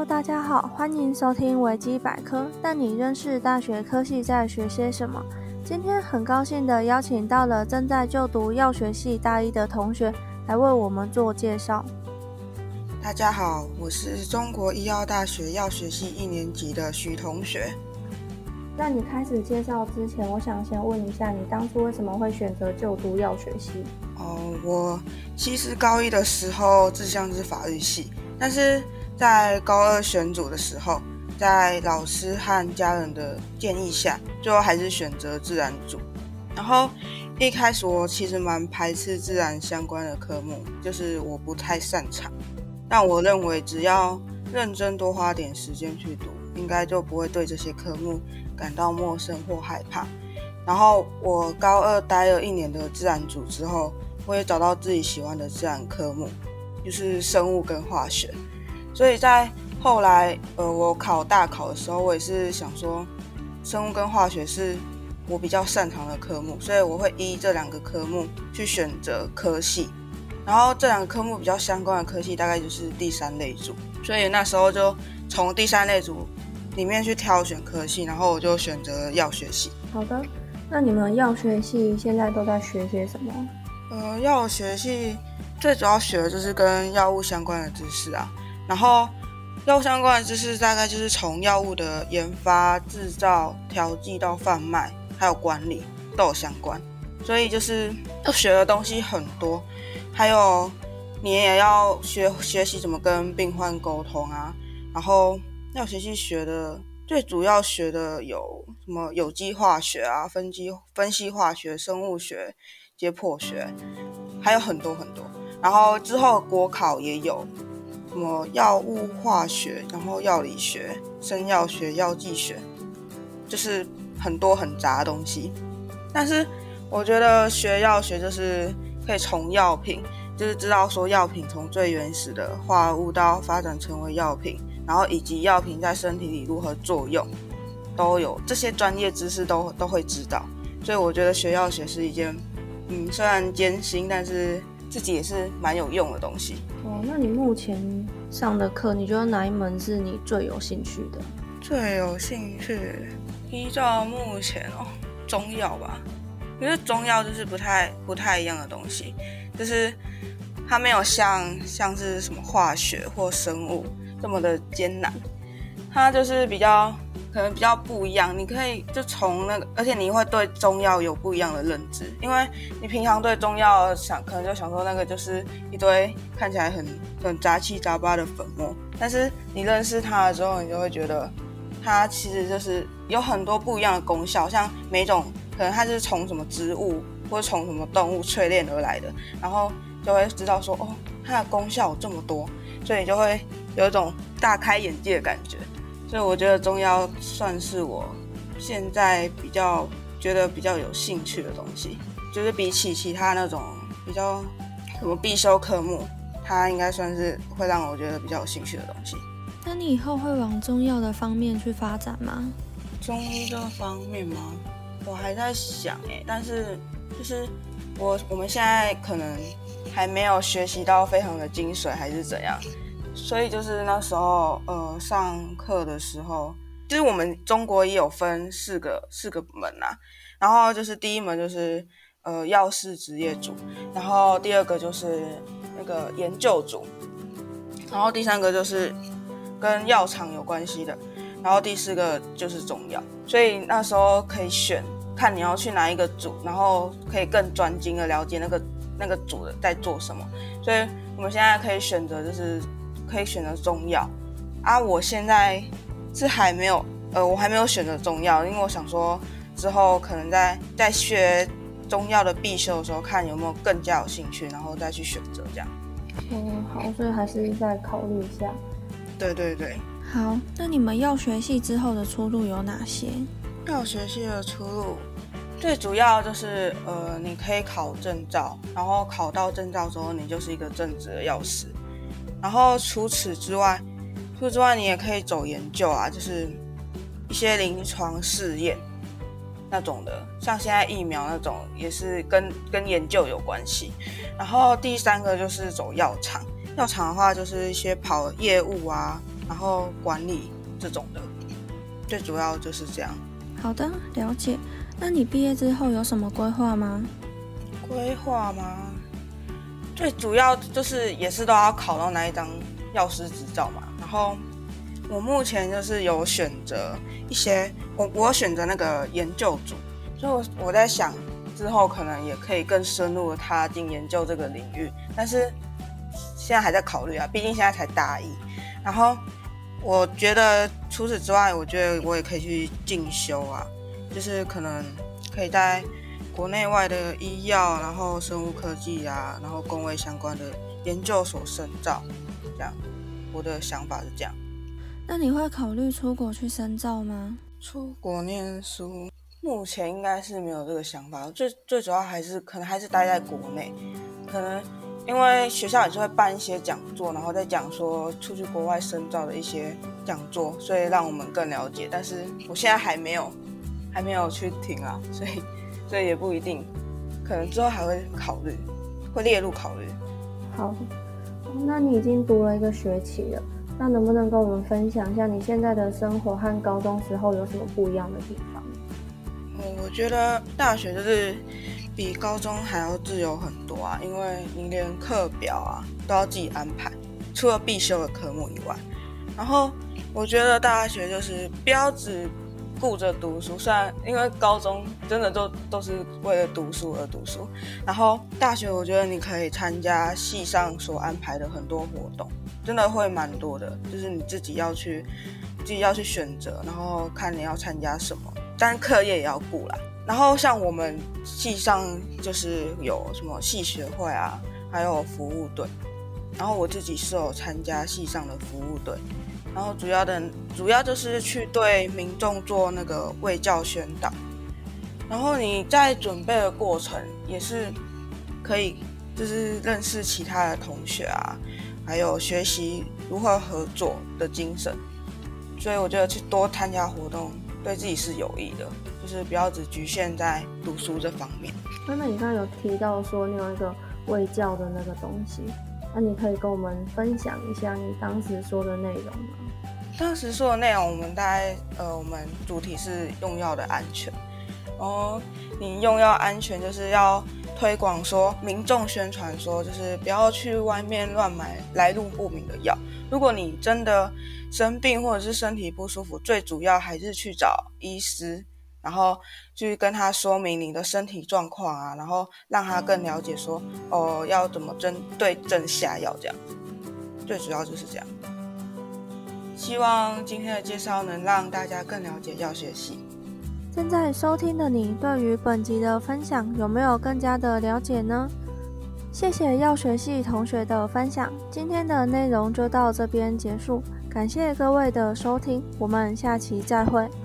Hello， 大家好，欢迎收听维基百科，带你认识大学科系在学些什么。今天很高兴的邀请到了正在就读药学系大一的同学来为我们做介绍。 大家好，我是中国医药大学药学系1年级的许同学。 在你开始介绍之前，我想先问一下，你当初为什么会选择就读药学系？ 我其实高一的时候志向是法律系，但是在高二选组的时候，在老师和家人的建议下，最后还是选择自然组。然后一开始我其实蛮排斥自然相关的科目，就是我不太擅长。但我认为只要认真多花点时间去读，应该就不会对这些科目感到陌生或害怕。然后我高二待了1年的自然组之后，我也找到自己喜欢的自然科目，就是生物跟化学。所以在后来我考大考的时候，我也是想说生物跟化学是我比较擅长的科目，所以我会依这2个科目去选择科系。然后这2个科目比较相关的科系大概就是第3类组，所以那时候就从第3类组里面去挑选科系，然后我就选择药学系。 好的，那你们药学系现在都在学些什么？ 药学系最主要学的就是跟药物相关的知识啊，然后药物相关的知识大概就是从药物的研发、制造、调剂到贩卖，还有管理都有相关，所以就是要学的东西很多，还有你也要学习怎么跟病患沟通啊。然后药学系学的最主要学的有什么有机化学啊、分析化学、生物学、解剖学，还有很多很多。然后之后国考也有什么药物化学，然后药理学、生药学、药剂学，就是很多很杂的东西。但是我觉得学药学就是可以从药品，就是知道说药品从最原始的化合物到发展成为药品，然后以及药品在身体里如何作用，都有这些专业知识都会知道。所以我觉得学药学是一件虽然艰辛，但是自己也是蛮有用的东西。 那你目前上的课，你觉得哪一门是你最有兴趣的？ 最有兴趣，依照目前中药吧，因为中药就是不太一样的东西，就是它没有像是什么化学或生物这么的艰难，它就是可能比较不一样。你可以就从而且你会对中药有不一样的认知，因为你平常对中药可能就想说那个就是一堆看起来很杂七杂八的粉末，但是你认识它的时候，你就会觉得它其实就是有很多不一样的功效，像每种可能它是从什么植物或者从什么动物淬炼而来的，然后就会知道说它的功效有这么多，所以就会有一种大开眼界的感觉。所以我觉得中药算是我现在觉得比较有兴趣的东西，就是比起其他那种比较什么必修科目，它应该算是会让我觉得比较有兴趣的东西。 那你以后会往中药的方面去发展吗？ 中医这方面吗？我还在想但是就是我们现在可能还没有学习到非常的精髓还是怎样，所以就是那时候上课的时候，就是我们中国也有分四个门啊，然后就是第一门就是药事职业组，然后第2个就是那个研究组，然后第3个就是跟药厂有关系的，然后第4个就是中药。所以那时候可以选看你要去哪一个组，然后可以更专精的了解那个组的在做什么。所以我们现在可以选择中药啊。我现在是我还没有选择中药，因为我想说之后可能在学中药的必修的时候，看有没有更加有兴趣，然后再去选择这样。 好，所以还是再考虑一下。 对对对。 好，那你们药学系之后的出路有哪些？ 药学系的出路最主要就是你可以考证照，然后考到证照之后，你就是一个正职的药师。然后除此之外，你也可以走研究啊，就是一些临床试验那种的，像现在疫苗那种也是跟研究有关系。然后第3个就是走药厂，药厂的话就是一些跑业务啊， 然后管理这种的，最主要就是这样。 好的，了解。那你毕业之后有什么规划吗？ 规划吗？最主要就是也是都要考到那一张药师执照嘛。然后我目前就是有选择一些，我有选择那个研究组，所以我在想之后可能也可以更深入的踏进研究这个领域，但是现在还在考虑啊，毕竟现在才大一。然后我觉得除此之外，我觉得我也可以去进修啊，就是可能可以在国内外的医药，然后生物科技啊，然后工位相关的研究所深造，这样。我的想法是这样。 那你会考虑出国去深造吗？ 出国念书，目前应该是没有这个想法。最主要可能还是待在国内，可能因为学校也是会办一些讲座，然后再讲说出去国外深造的一些讲座，所以让我们更了解。但是我现在还没有去听啊，所以也不一定，可能之后还会考虑，会列入考虑。 好，那你已经读了一个学期了，那能不能跟我们分享一下你现在的生活和高中时候有什么不一样的地方？ 我觉得大学就是比高中还要自由很多啊，因为你连课表啊都要自己安排，除了必修的科目以外。然后我觉得大学就是不要只顾着读书，虽然因为高中真的都是为了读书而读书，然后大学我觉得你可以参加系上所安排的很多活动，真的会蛮多的，就是你自己要去选择，然后看你要参加什么，但课业也要顾啦。然后像我们系上就是有什么系学会啊，还有服务队，然后我自己是有参加系上的服务队，然后主要就是去对民众做那个卫教宣导，然后你在准备的过程也是可以就是认识其他的同学啊，还有学习如何合作的精神，所以我觉得去多参加活动对自己是有益的，就是不要只局限在读书这方面。 那你刚刚有提到说你有一个卫教的那个东西，那你可以跟我们分享一下你当时说的内容吗？ 当时说的内容，我们大概我们主题是用药的安全。然后你用药安全就是要推广说，民众宣传说，就是不要去外面乱买来路不明的药。如果你真的生病或者是身体不舒服，最主要还是去找医师，然后去跟他说明你的身体状况啊，然后让他更了解说，要怎么对症下药这样。最主要就是这样。希望今天的介绍能让大家更了解药学系。 正在收听的你，对于本集的分享有没有更加的了解呢？谢谢药学系同学的分享，今天的内容就到这边结束，感谢各位的收听，我们下期再会。